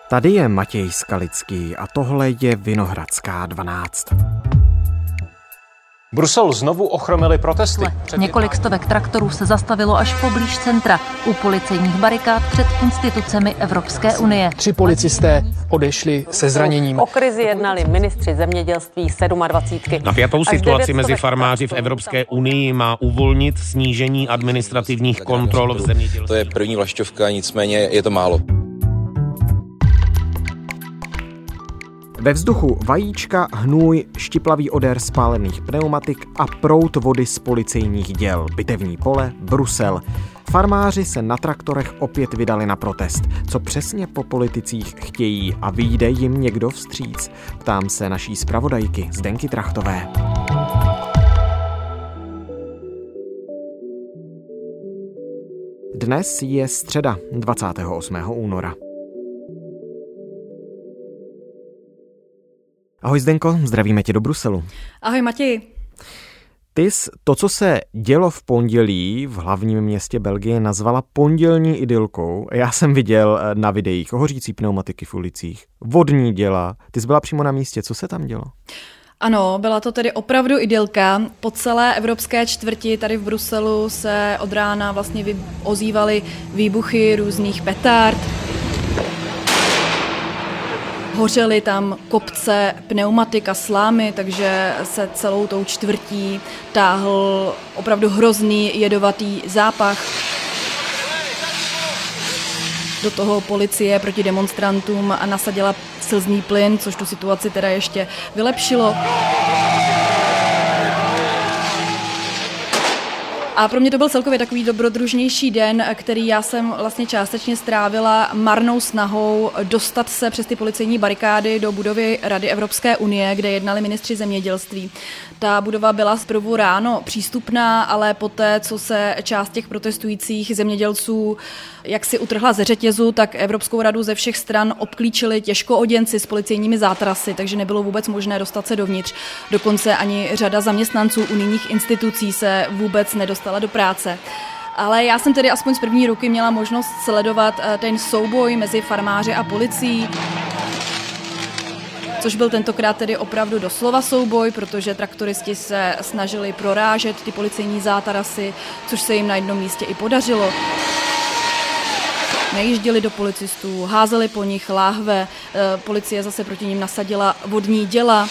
Tady je Matěj Skalický a tohle je Vinohradská 12. Brusel znovu ochromily protesty. Několik stovek traktorů se zastavilo až poblíž centra, u policejních barikád před institucemi Evropské unie. 3 policisté odešli se zraněním. O krizi jednali ministři zemědělství 27. Napjatou situaci mezi farmáři v Evropské unii má uvolnit snížení administrativních kontrol v zemědělství. To je první vlašťovka, nicméně je to málo. Ve vzduchu vajíčka, hnůj, štiplavý odér spálených pneumatik a proud vody z policejních děl. Bitevní pole, Brusel. Farmáři se na traktorech opět vydali na protest. Co přesně po politicích chtějí a vyjde jim někdo vstříc? Ptám se naší zpravodajky Zdenky Trachtové. Dnes je středa 28. února. Ahoj Zdenko, zdravíme tě do Bruselu. Ahoj Matěj. Ty jsi to, co se dělo v pondělí v hlavním městě Belgie, nazvala pondělní idylkou. Já jsem viděl na videích hořící pneumatiky v ulicích, vodní děla. Ty jsi byla přímo na místě, co se tam dělo? Ano, byla to tedy opravdu idylka. Po celé evropské čtvrti tady v Bruselu se od rána vlastně ozývaly výbuchy různých petard. Hořely tam kopce pneumatik a slámy, takže se celou tou čtvrtí táhl opravdu hrozný jedovatý zápach. Do toho policie proti demonstrantům nasadila slzný plyn, což tu situaci teda ještě vylepšilo. A pro mě to byl celkově takový dobrodružnější den, který já jsem vlastně částečně strávila marnou snahou dostat se přes ty policejní barikády do budovy Rady Evropské unie, kde jednali ministři zemědělství. Ta budova byla zprvu ráno přístupná, ale poté, co se část těch protestujících zemědělců jaksi utrhla ze řetězu, tak Evropskou radu ze všech stran obklíčili těžkooděnci s policejními zátarasy, takže nebylo vůbec možné dostat se dovnitř. Dokonce ani řada zaměstnanců unijních institucí se vůbec nedostala do práce. Ale já jsem tedy aspoň z první ruky měla možnost sledovat ten souboj mezi farmáři a policií, což byl tentokrát tedy opravdu doslova souboj, protože traktoristi se snažili prorážet ty policejní zátarasy, což se jim na jednom místě i podařilo. Nejížděli do policistů, házeli po nich láhve, policie zase proti nim nasadila vodní děla.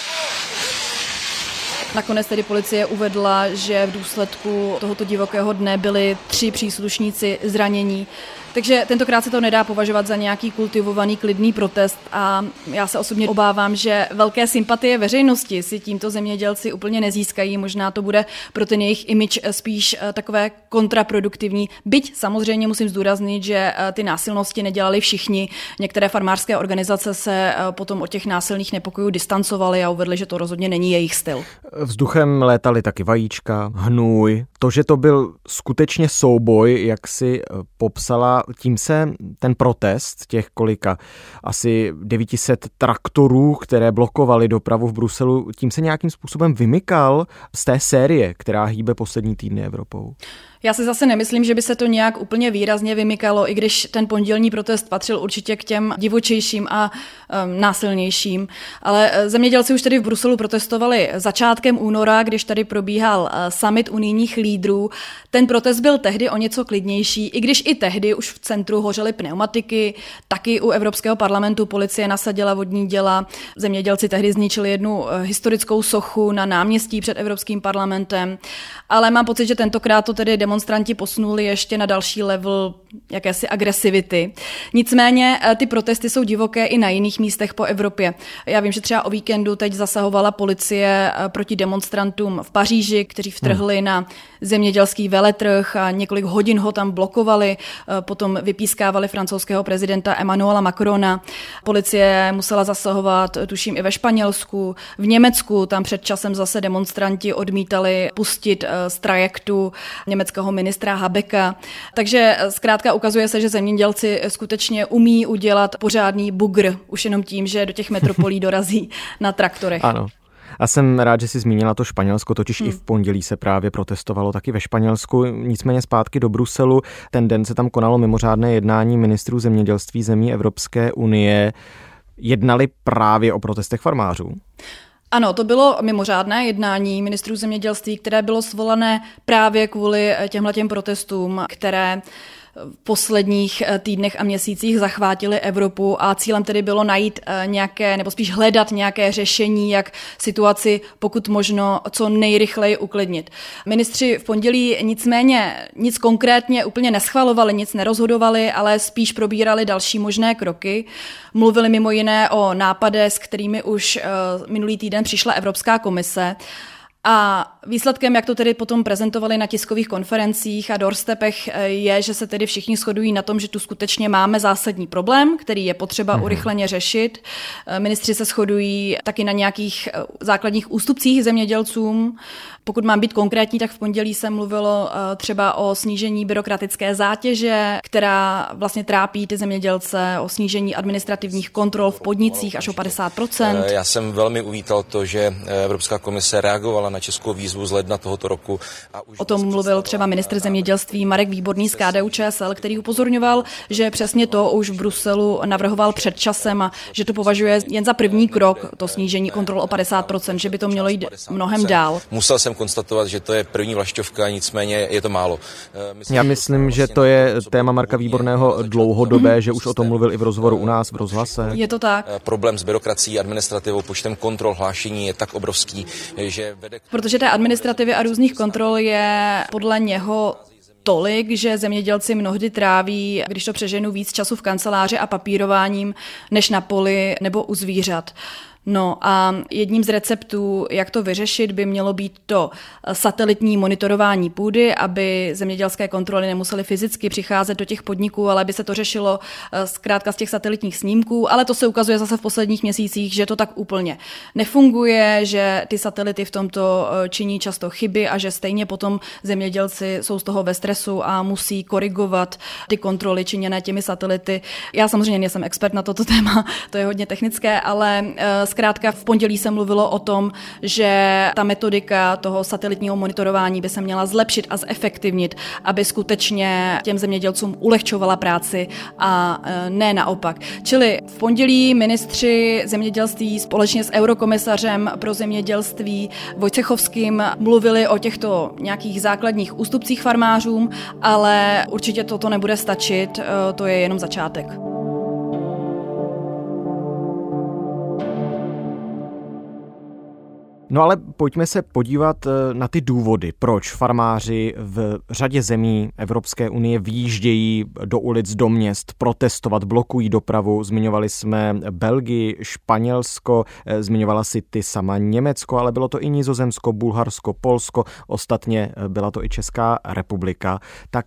Nakonec tedy policie uvedla, že v důsledku tohoto divokého dne byli 3 příslušníci zranění. Takže tentokrát se to nedá považovat za nějaký kultivovaný klidný protest a já se osobně obávám, že velké sympatie veřejnosti si tímto zemědělci úplně nezískají. Možná to bude pro ten jejich image spíš takové kontraproduktivní. Byť samozřejmě musím zdůraznit, že ty násilnosti nedělali všichni. Některé farmářské organizace se potom od těch násilných nepokojů distancovaly a uvedly, že to rozhodně není jejich styl. Vzduchem létaly taky vajíčka, hnůj. To, že to byl skutečně souboj, jak si popsala, tím se ten protest těch kolika asi 900 traktorů, které blokovaly dopravu v Bruselu, tím se nějakým způsobem vymykal z té série, která hýbe poslední týdny Evropou. Já si zase nemyslím, že by se to nějak úplně výrazně vymykalo, i když ten pondělní protest patřil určitě k těm divočejším a násilnějším. Ale zemědělci už tedy v Bruselu protestovali začátkem února, když tady probíhal summit unijních lídrů. Ten protest byl tehdy o něco klidnější, i když i tehdy už v centru hořely pneumatiky, taky u Evropského parlamentu policie nasadila vodní děla. Zemědělci tehdy zničili jednu historickou sochu na náměstí před Evropským parlamentem. Ale mám pocit, že tentokrát to tedy demonstranti posunuli ještě na další level jakési agresivity. Nicméně ty protesty jsou divoké i na jiných místech po Evropě. Já vím, že třeba o víkendu teď zasahovala policie proti demonstrantům v Paříži, kteří vtrhli na zemědělský veletrh a několik hodin ho tam blokovali, potom vypískávali francouzského prezidenta Emmanuela Macrona. Policie musela zasahovat, tuším, i ve Španělsku, v Německu, tam před časem zase demonstranti odmítali pustit z trajektu německého ministra Habecka. Takže zkrátka ukazuje se, že zemědělci skutečně umí udělat pořádný bugr, už jenom tím, že do těch metropolí dorazí na traktorech. Ano. A jsem rád, že jsi zmínila to Španělsko, totiž i v pondělí se právě protestovalo taky ve Španělsku. Nicméně zpátky do Bruselu. Ten den se tam konalo mimořádné jednání ministrů zemědělství zemí Evropské unie. Jednali právě o protestech farmářů? Ano, to bylo mimořádné jednání ministrů zemědělství, které bylo svolané právě kvůli těmhletěm protestům, které v posledních týdnech a měsících zachvátily Evropu a cílem tedy bylo najít nějaké, nebo spíš hledat nějaké řešení, jak situaci pokud možno co nejrychleji uklidnit. Ministři v pondělí nicméně nic konkrétně úplně neschvalovali, nic nerozhodovali, ale spíš probírali další možné kroky. Mluvili mimo jiné o nápadech, s kterými už minulý týden přišla Evropská komise. A výsledkem, jak to tedy potom prezentovali na tiskových konferencích a doorstepech, je, že se tedy všichni shodují na tom, že tu skutečně máme zásadní problém, který je potřeba urychleně řešit. Ministři se shodují taky na nějakých základních ústupcích zemědělcům. Pokud mám být konkrétní, tak v pondělí se mluvilo třeba o snížení byrokratické zátěže, která vlastně trápí ty zemědělce, o snížení administrativních kontrol v podnicích až o 50%. Já jsem velmi uvítal to, že Evropská komise reagovala na českou výzvu z ledna tohoto roku. O tom mluvil třeba ministr zemědělství Marek Výborný z KDU-ČSL, který upozorňoval, že přesně to už v Bruselu navrhoval před časem a že to považuje jen za první krok, to snížení kontrol o 50%, že by to mělo jít mnohem dál. Musel jsem konstatovat, že to je první vlašťovka, nicméně je to málo. Já myslím, že to je téma Marka Výborného dlouhodobé, že už o tom mluvil i v rozhovoru u nás v rozhlase. Je to tak. Problém s byrokracií, administrativou, počtem kontrol, hlášení je tak obrovský, že vede... Protože té administrativy a různých kontrol je podle něho tolik, že zemědělci mnohdy tráví, když to přeženu, víc času v kanceláři a papírováním než na poli nebo u zvířat. No a jedním z receptů, jak to vyřešit, by mělo být to satelitní monitorování půdy, aby zemědělské kontroly nemusely fyzicky přicházet do těch podniků, ale aby se to řešilo zkrátka z těch satelitních snímků, ale to se ukazuje zase v posledních měsících, že to tak úplně nefunguje, že ty satelity v tomto činí často chyby a že stejně potom zemědělci jsou z toho ve stresu a musí korigovat ty kontroly činěné těmi satelity. Já samozřejmě nejsem expert na toto téma, to je hodně technické, ale zkrátka v pondělí se mluvilo o tom, že ta metodika toho satelitního monitorování by se měla zlepšit a zefektivnit, aby skutečně těm zemědělcům ulehčovala práci a ne naopak. Čili v pondělí ministři zemědělství společně s eurokomisařem pro zemědělství Wojciechowským mluvili o těchto nějakých základních ústupcích farmářům, ale určitě toto nebude stačit, to je jenom začátek. No ale pojďme se podívat na ty důvody, proč farmáři v řadě zemí Evropské unie vyjíždějí do ulic, do měst, protestovat, blokují dopravu. Zmiňovali jsme Belgii, Španělsko, zmiňovala si ty sama Německo, ale bylo to i Nizozemsko, Bulharsko, Polsko, ostatně byla to i Česká republika. Tak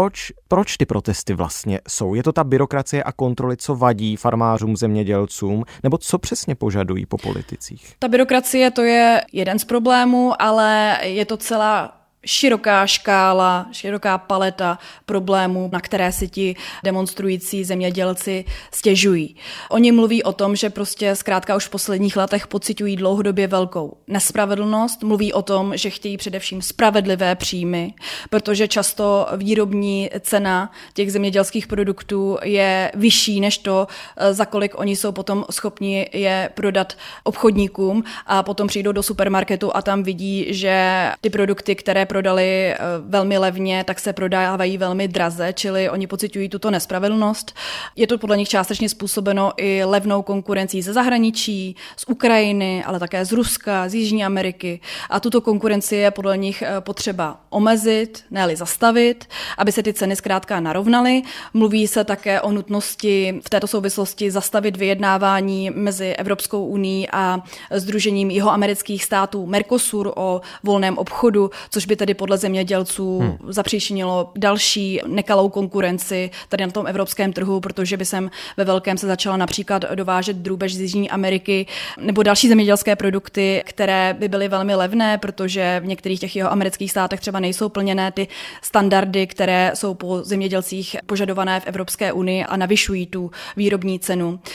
proč ty protesty vlastně jsou? Je to ta byrokracie a kontroly, co vadí farmářům, zemědělcům, nebo co přesně požadují po politicích? Ta byrokracie, to je jeden z problémů, ale je to celá široká škála, široká paleta problémů, na které si ti demonstrující zemědělci stěžují. Oni mluví o tom, že prostě zkrátka už v posledních letech pociťují dlouhodobě velkou nespravedlnost, mluví o tom, že chtějí především spravedlivé příjmy, protože často výrobní cena těch zemědělských produktů je vyšší než to, za kolik oni jsou potom schopni je prodat obchodníkům a potom přijdou do supermarketu a tam vidí, že ty produkty, které prodali velmi levně, tak se prodávají velmi draze, čili oni pociťují tuto nespravedlnost. Je to podle nich částečně způsobeno i levnou konkurencí ze zahraničí, z Ukrajiny, ale také z Ruska, z Jižní Ameriky. A tuto konkurenci je podle nich potřeba omezit, ne-li zastavit, aby se ty ceny zkrátka narovnaly. Mluví se také o nutnosti v této souvislosti zastavit vyjednávání mezi Evropskou unií a Sdružením jihoamerických států Mercosur o volném obchodu, což by tedy podle zemědělců zapříčinilo další nekalou konkurenci tady na tom evropském trhu, protože by sem ve velkém se začala například dovážet drůbež z Jižní Ameriky nebo další zemědělské produkty, které by byly velmi levné, protože v některých těch jihoamerických státech třeba nejsou plněné ty standardy, které jsou po zemědělcích požadované v Evropské unii a navyšují tu výrobní cenu.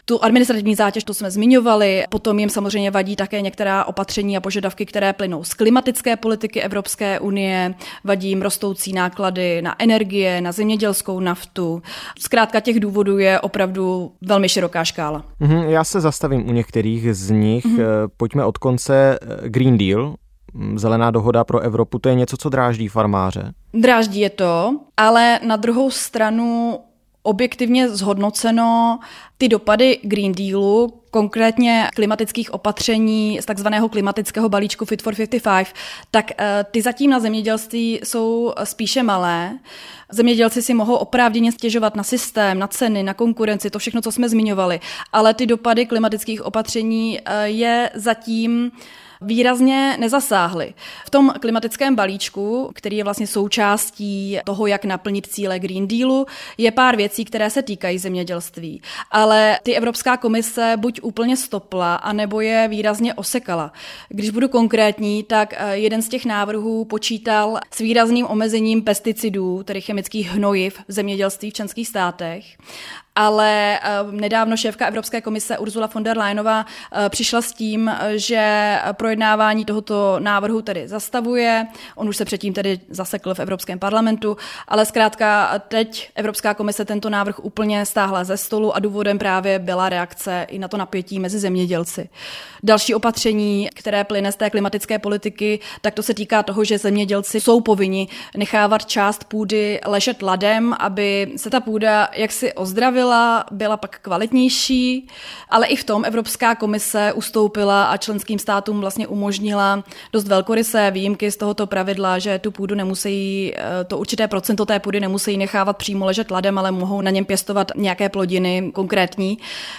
Tu administrativní zátěž, to jsme zmiňovali, potom jim samozřejmě vadí také některá opatření a požadavky, které plynou z klimatické politiky Evropské unie, vadí jim rostoucí náklady na energie, na zemědělskou naftu. Zkrátka těch důvodů je opravdu velmi široká škála. Já se zastavím u některých z nich. Pojďme od konce. Green Deal, zelená dohoda pro Evropu, to je něco, co dráždí farmáře? Dráždí je to, ale na druhou stranu objektivně zhodnoceno ty dopady Green Dealu, konkrétně klimatických opatření z takzvaného klimatického balíčku Fit for 55, tak ty zatím na zemědělství jsou spíše malé. Zemědělci si mohou oprávněně stěžovat na systém, na ceny, na konkurenci, to všechno, co jsme zmiňovali, ale ty dopady klimatických opatření je zatím výrazně nezasáhly. V tom klimatickém balíčku, který je vlastně součástí toho, jak naplnit cíle Green Dealu, je pár věcí, které se týkají zemědělství. Ale ty Evropská komise buď úplně stopla, anebo je výrazně osekala. Když budu konkrétní, tak jeden z těch návrhů počítal s výrazným omezením pesticidů, tedy chemických hnojiv v zemědělství v členských státech. Ale nedávno šéfka Evropské komise Ursula von der Leyenová přišla s tím, že projednávání tohoto návrhu tedy zastavuje. On už se předtím tedy zasekl v Evropském parlamentu, ale zkrátka teď Evropská komise tento návrh úplně stáhla ze stolu a důvodem právě byla reakce i na to napětí mezi zemědělci. Další opatření, které plyne z té klimatické politiky, tak to se týká toho, že zemědělci jsou povinni nechávat část půdy ležet ladem, aby se ta půda jaksi ozdravila, byla pak kvalitnější, ale i v tom Evropská komise ustoupila a členským státům vlastně umožnila dost velkorysé výjimky z tohoto pravidla, že tu půdu nemusí, to určité procento té půdy nemusí nechávat přímo ležet ladem, ale mohou na něm pěstovat nějaké plodiny konkrétní.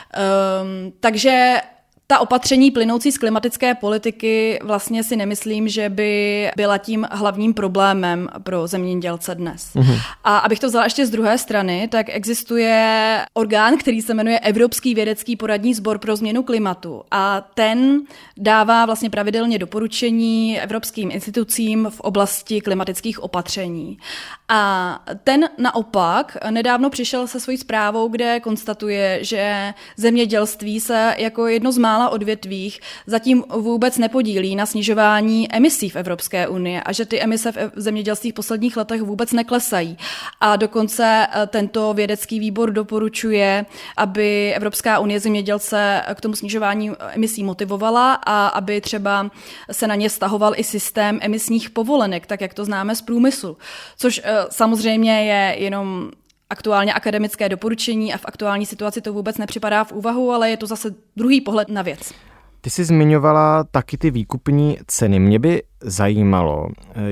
Takže ta opatření plynoucí z klimatické politiky vlastně si nemyslím, že by byla tím hlavním problémem pro zemědělce dnes. A abych to vzala ještě z druhé strany, tak existuje orgán, který se jmenuje Evropský vědecký poradní sbor pro změnu klimatu a ten dává vlastně pravidelně doporučení evropským institucím v oblasti klimatických opatření. A ten naopak nedávno přišel se svojí zprávou, kde konstatuje, že zemědělství se jako jedno z mála odvětvích zatím vůbec nepodílí na snižování emisí v Evropské unii a že ty emise v zemědělství v posledních letech vůbec neklesají. A dokonce tento vědecký výbor doporučuje, aby Evropská unie zemědělce k tomu snižování emisí motivovala a aby třeba se na ně vztahoval i systém emisních povolenek, tak jak to známe z průmyslu. Což samozřejmě je jenom aktuálně akademické doporučení a v aktuální situaci to vůbec nepřipadá v úvahu, ale je to zase druhý pohled na věc. Ty jsi zmiňovala taky ty výkupní ceny. Mě by zajímalo,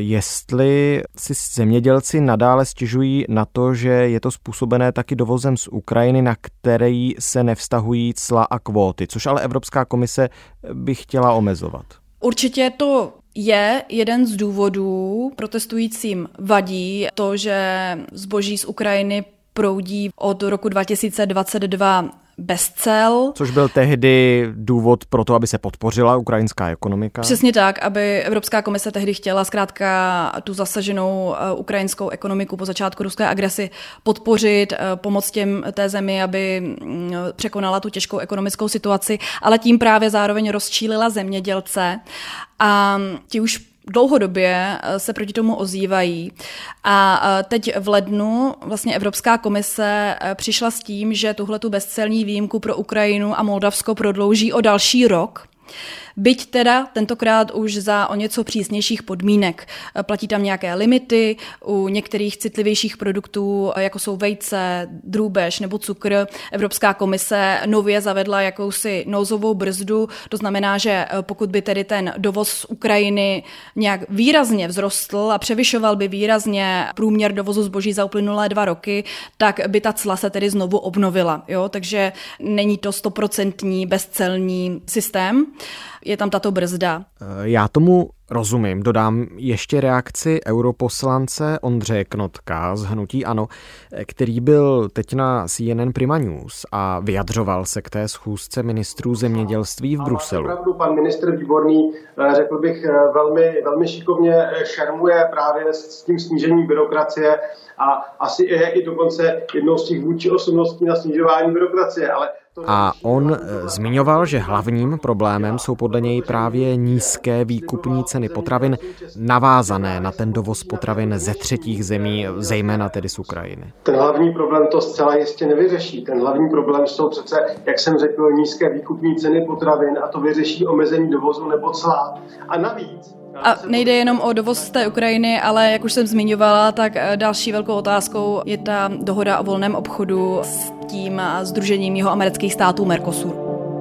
jestli si zemědělci nadále stěžují na to, že je to způsobené taky dovozem z Ukrajiny, na který se nevztahují cla a kvóty, což ale Evropská komise by chtěla omezovat. Určitě to je jeden z důvodů. Protestujícím vadí to, že zboží z Ukrajiny proudí od roku 2022 bez cel. Což byl tehdy důvod pro to, aby se podpořila ukrajinská ekonomika? Přesně tak, aby Evropská komise tehdy chtěla zkrátka tu zasaženou ukrajinskou ekonomiku po začátku ruské agresi podpořit, pomoct té zemi, aby překonala tu těžkou ekonomickou situaci, ale tím právě zároveň rozčílila zemědělce a ti už dlouhodobě se proti tomu ozývají. A teď v lednu vlastně Evropská komise přišla s tím, že tuhletu bezcelní výjimku pro Ukrajinu a Moldavsko prodlouží o další rok. Byť teda tentokrát už za o něco přísnějších podmínek. Platí tam nějaké limity, u některých citlivějších produktů, jako jsou vejce, drůbež nebo cukr, Evropská komise nově zavedla jakousi nouzovou brzdu, to znamená, že pokud by tedy ten dovoz z Ukrajiny nějak výrazně vzrostl a převyšoval by výrazně průměr dovozu zboží za uplynulé 2 roky, tak by ta cla se tedy znovu obnovila. Jo? Takže není to 100% bezcelní systém. Je tam tato brzda. Já tomu rozumím. Dodám ještě reakci europoslance Ondřeje Knotka z hnutí ANO, který byl teď na CNN Prima News a vyjadřoval se k té schůzce ministrů zemědělství v Bruselu. Opravdu pan ministr Výborný, řekl bych, velmi šikovně šermuje právě s tím snížením byrokracie a asi je i dokonce jednou z těch vůdčích osobností na snižování byrokracie, ale A on zmiňoval, že hlavním problémem jsou podle něj právě nízké výkupní ceny potravin navázané na ten dovoz potravin ze třetích zemí, zejména tedy z Ukrajiny. Ten hlavní problém to zcela jistě nevyřeší. Ten hlavní problém jsou přece, jak jsem řekl, nízké výkupní ceny potravin a to vyřeší omezení dovozu nebo cla. A navíc a nejde jenom o dovoz z té Ukrajiny, ale jak už jsem zmiňovala, tak další velkou otázkou je ta dohoda o volném obchodu s tím sdružením jihoamerických států Mercosur.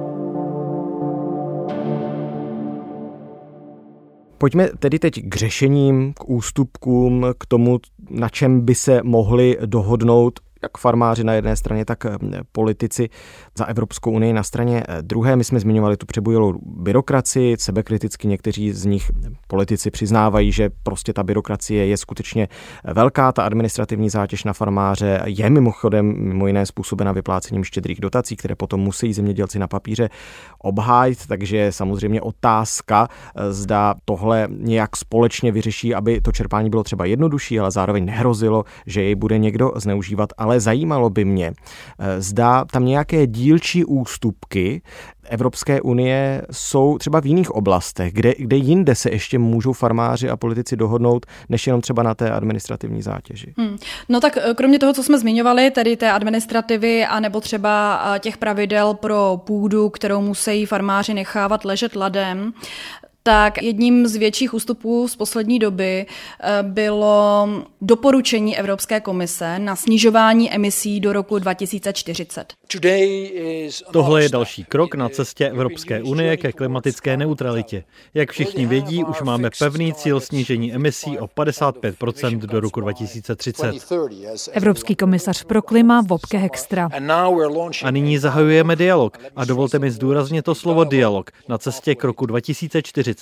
Pojďme tedy teď k řešením, k ústupkům, k tomu, na čem by se mohli dohodnout jak farmáři na jedné straně, tak politici za Evropskou unii na straně druhé. My jsme zmiňovali tu přebujelou byrokracii, sebekriticky někteří z nich politici přiznávají, že prostě ta byrokracie je skutečně velká, ta administrativní zátěž na farmáře je mimochodem mimo jiné způsobena vyplácením štědrých dotací, které potom musí zemědělci na papíře obhájit, takže samozřejmě otázka, zda tohle nějak společně vyřeší, aby to čerpání bylo třeba jednodušší, ale zároveň nehrozilo, že jej bude někdo zneužívat. Ale zajímalo by mě, zda tam nějaké dílčí ústupky Evropské unie jsou třeba v jiných oblastech, kde jinde se ještě můžou farmáři a politici dohodnout, než jenom třeba na té administrativní zátěži. No tak kromě toho, co jsme zmiňovali, tedy té administrativy a nebo třeba těch pravidel pro půdu, kterou musí farmáři nechávat ležet ladem, tak jedním z větších ústupů z poslední doby bylo doporučení Evropské komise na snižování emisí do roku 2040. Tohle je další krok na cestě Evropské unie ke klimatické neutralitě. Jak všichni vědí, už máme pevný cíl snížení emisí o 55% do roku 2030. Evropský komisař pro klima Wopke Hoekstra. A nyní zahajujeme dialog. A dovolte mi zdůraznit to slovo dialog na cestě k roku 2040.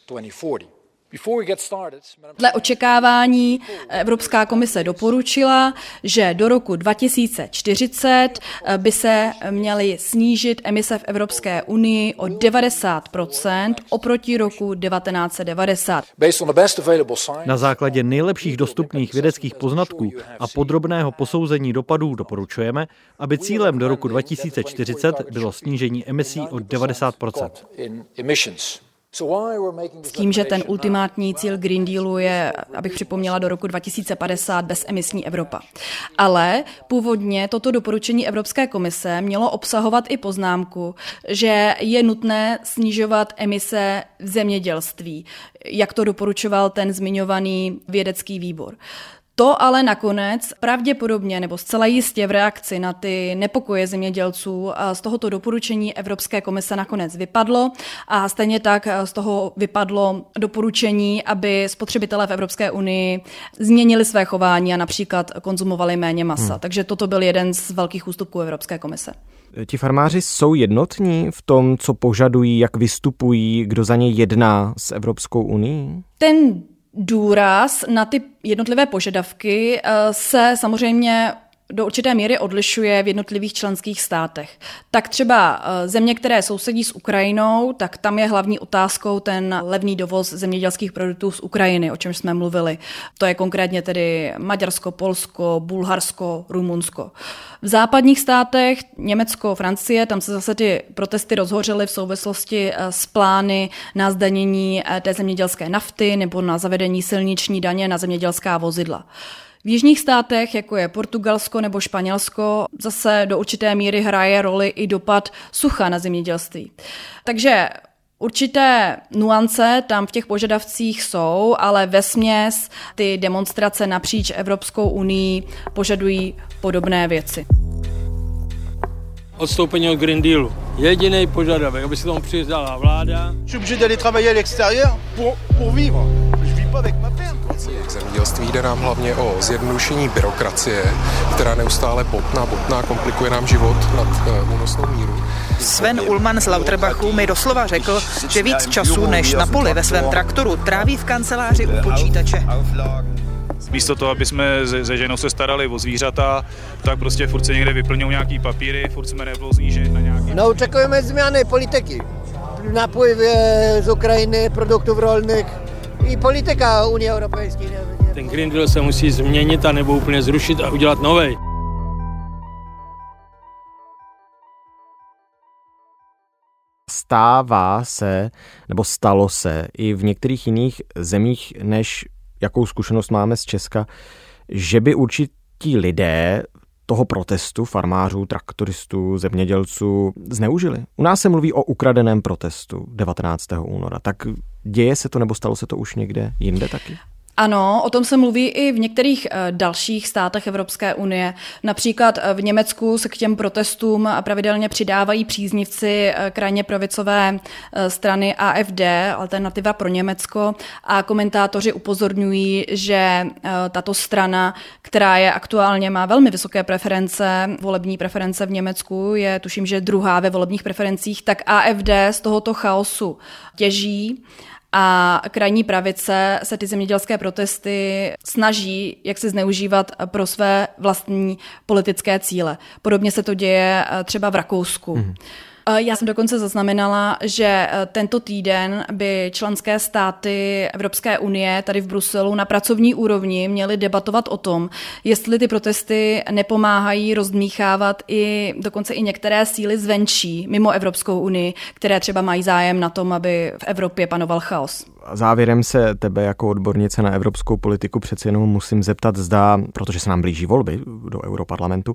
Dle očekávání Evropská komise doporučila, že do roku 2040 by se měly snížit emise v Evropské unii o 90% oproti roku 1990. Na základě nejlepších dostupných vědeckých poznatků a podrobného posouzení dopadů doporučujeme, aby cílem do roku 2040 bylo snížení emisí o 90%. S tím, že ten ultimátní cíl Green Dealu je, abych připomněla, do roku 2050 bezemisní Evropa. Ale původně toto doporučení Evropské komise mělo obsahovat i poznámku, že je nutné snižovat emise v zemědělství, jak to doporučoval ten zmiňovaný vědecký výbor. To ale nakonec pravděpodobně nebo zcela jistě v reakci na ty nepokoje zemědělců z tohoto doporučení Evropské komise nakonec vypadlo a stejně tak z toho vypadlo doporučení, aby spotřebitelé v Evropské unii změnili své chování a například konzumovali méně masa. Takže toto byl jeden z velkých ústupků Evropské komise. Ti farmáři jsou jednotní v tom, co požadují, jak vystupují, kdo za ně jedná s Evropskou unií? Ten důraz na ty jednotlivé požadavky se samozřejmě do určité míry odlišuje v jednotlivých členských státech. Tak třeba země, které sousedí s Ukrajinou, tak tam je hlavní otázkou ten levný dovoz zemědělských produktů z Ukrajiny, o čem jsme mluvili. To je konkrétně tedy Maďarsko, Polsko, Bulharsko, Rumunsko. V západních státech, Německo, Francie, tam se zase ty protesty rozhořely v souvislosti s plány na zdanění té zemědělské nafty nebo na zavedení silniční daně na zemědělská vozidla. V jižních státech, jako je Portugalsko nebo Španělsko, zase do určité míry hraje roli i dopad sucha na zemědělství. Takže určité nuance tam v těch požadavcích jsou, ale vesměs ty demonstrace napříč Evropskou unii požadují podobné věci. Odstoupení od Green Dealu. Jediný požadavek, aby se tomu přiznala vláda. Je suis obligé d'aller travailler à l'extérieur pour vivre. Je vis pas avec ma ferme. V zemědělství jde nám hlavně o zjednodušení byrokracie, která neustále botná, komplikuje nám život nad únosnou míru. Sven Ullmann z Lauterbachu mi doslova řekl, že víc času než na poli ve svém traktoru tráví v kanceláři u počítače. Místo toho, aby jsme se ženou se starali o zvířata, tak prostě furt se někde vyplňují nějaký papíry, furt jsme nervózní, že na nějaký... No, očekujeme změny politiky. Napływ z Ukrajiny, produktů rolných i politika Unie Europejské. Ten Green Deal se musí změnit a nebo úplně zrušit a udělat novej. Stává se, nebo stalo se i v některých jiných zemích, než jakou zkušenost máme z Česka, že by určití lidé toho protestu farmářů, traktoristů, zemědělců zneužili. U nás se mluví o ukradeném protestu 19. února. Tak děje se to, nebo stalo se to už někde jinde taky? Ano, o tom se mluví i v některých dalších státech Evropské unie. Například v Německu se k těm protestům pravidelně přidávají příznivci krajně pravicové strany AfD, Alternativa pro Německo, a komentátoři upozorňují, že tato strana, která je aktuálně má velmi vysoké preference, volební preference v Německu, je tuším, že druhá ve volebních preferencích, tak AfD z tohoto chaosu těží. A krajní pravice se ty zemědělské protesty snaží jak se zneužívat pro své vlastní politické cíle. Podobně se to děje třeba v Rakousku. Já jsem dokonce zaznamenala, že tento týden by členské státy Evropské unie tady v Bruselu na pracovní úrovni měly debatovat o tom, jestli ty protesty nepomáhají rozdmíchávat i dokonce i některé síly zvenčí mimo Evropskou unii, které třeba mají zájem na tom, aby v Evropě panoval chaos. Závěrem se tebe jako odbornice na evropskou politiku přeci jenom musím zeptat, zda, protože se nám blíží volby do Europarlamentu,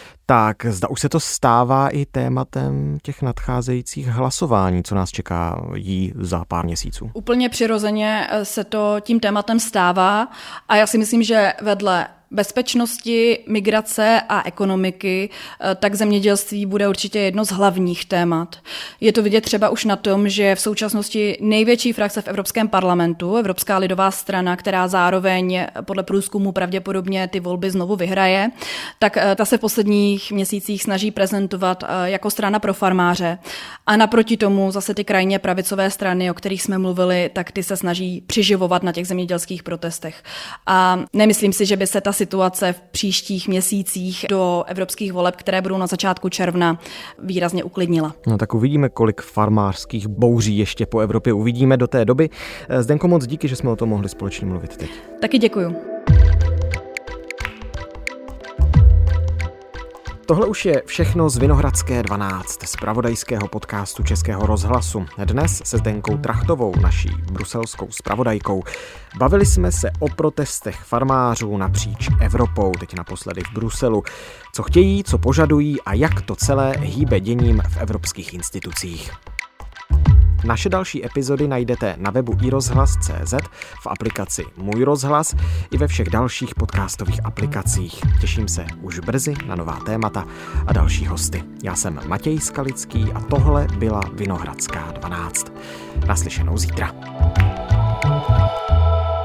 tak zda už se to stává i tématem těch nadcházejících hlasování, co nás čeká jí za pár měsíců. Úplně přirozeně se to tím tématem stává a já si myslím, že vedle bezpečnosti, migrace a ekonomiky, tak zemědělství bude určitě jedno z hlavních témat. Je to vidět třeba už na tom, že v současnosti největší frakce v Evropském parlamentu, Evropská lidová strana, která zároveň podle průzkumu pravděpodobně ty volby znovu vyhraje, tak ta se v posledních měsících snaží prezentovat jako strana pro farmáře. A naproti tomu zase ty krajně pravicové strany, o kterých jsme mluvili, tak ty se snaží přiživovat na těch zemědělských protestech. A nemyslím si, že by se ta situace v příštích měsících do evropských voleb, které budou na začátku června, výrazně uklidnila. No tak uvidíme, kolik farmářských bouří ještě po Evropě uvidíme do té doby. Zdenko, moc díky, že jsme o tom mohli společně mluvit teď. Taky děkuju. Tohle už je všechno z Vinohradské 12, z zpravodajského podcastu Českého rozhlasu. Dnes se Zdenkou Trachtovou, naší bruselskou zpravodajkou, bavili jsme se o protestech farmářů napříč Evropou, teď naposledy v Bruselu. Co chtějí, co požadují a jak to celé hýbe děním v evropských institucích. Naše další epizody najdete na webu iRozhlas.cz, v aplikaci Můj rozhlas i ve všech dalších podcastových aplikacích. Těším se už brzy na nová témata a další hosty. Já jsem Matěj Skalický a tohle byla Vinohradská 12. Naslyšenou zítra.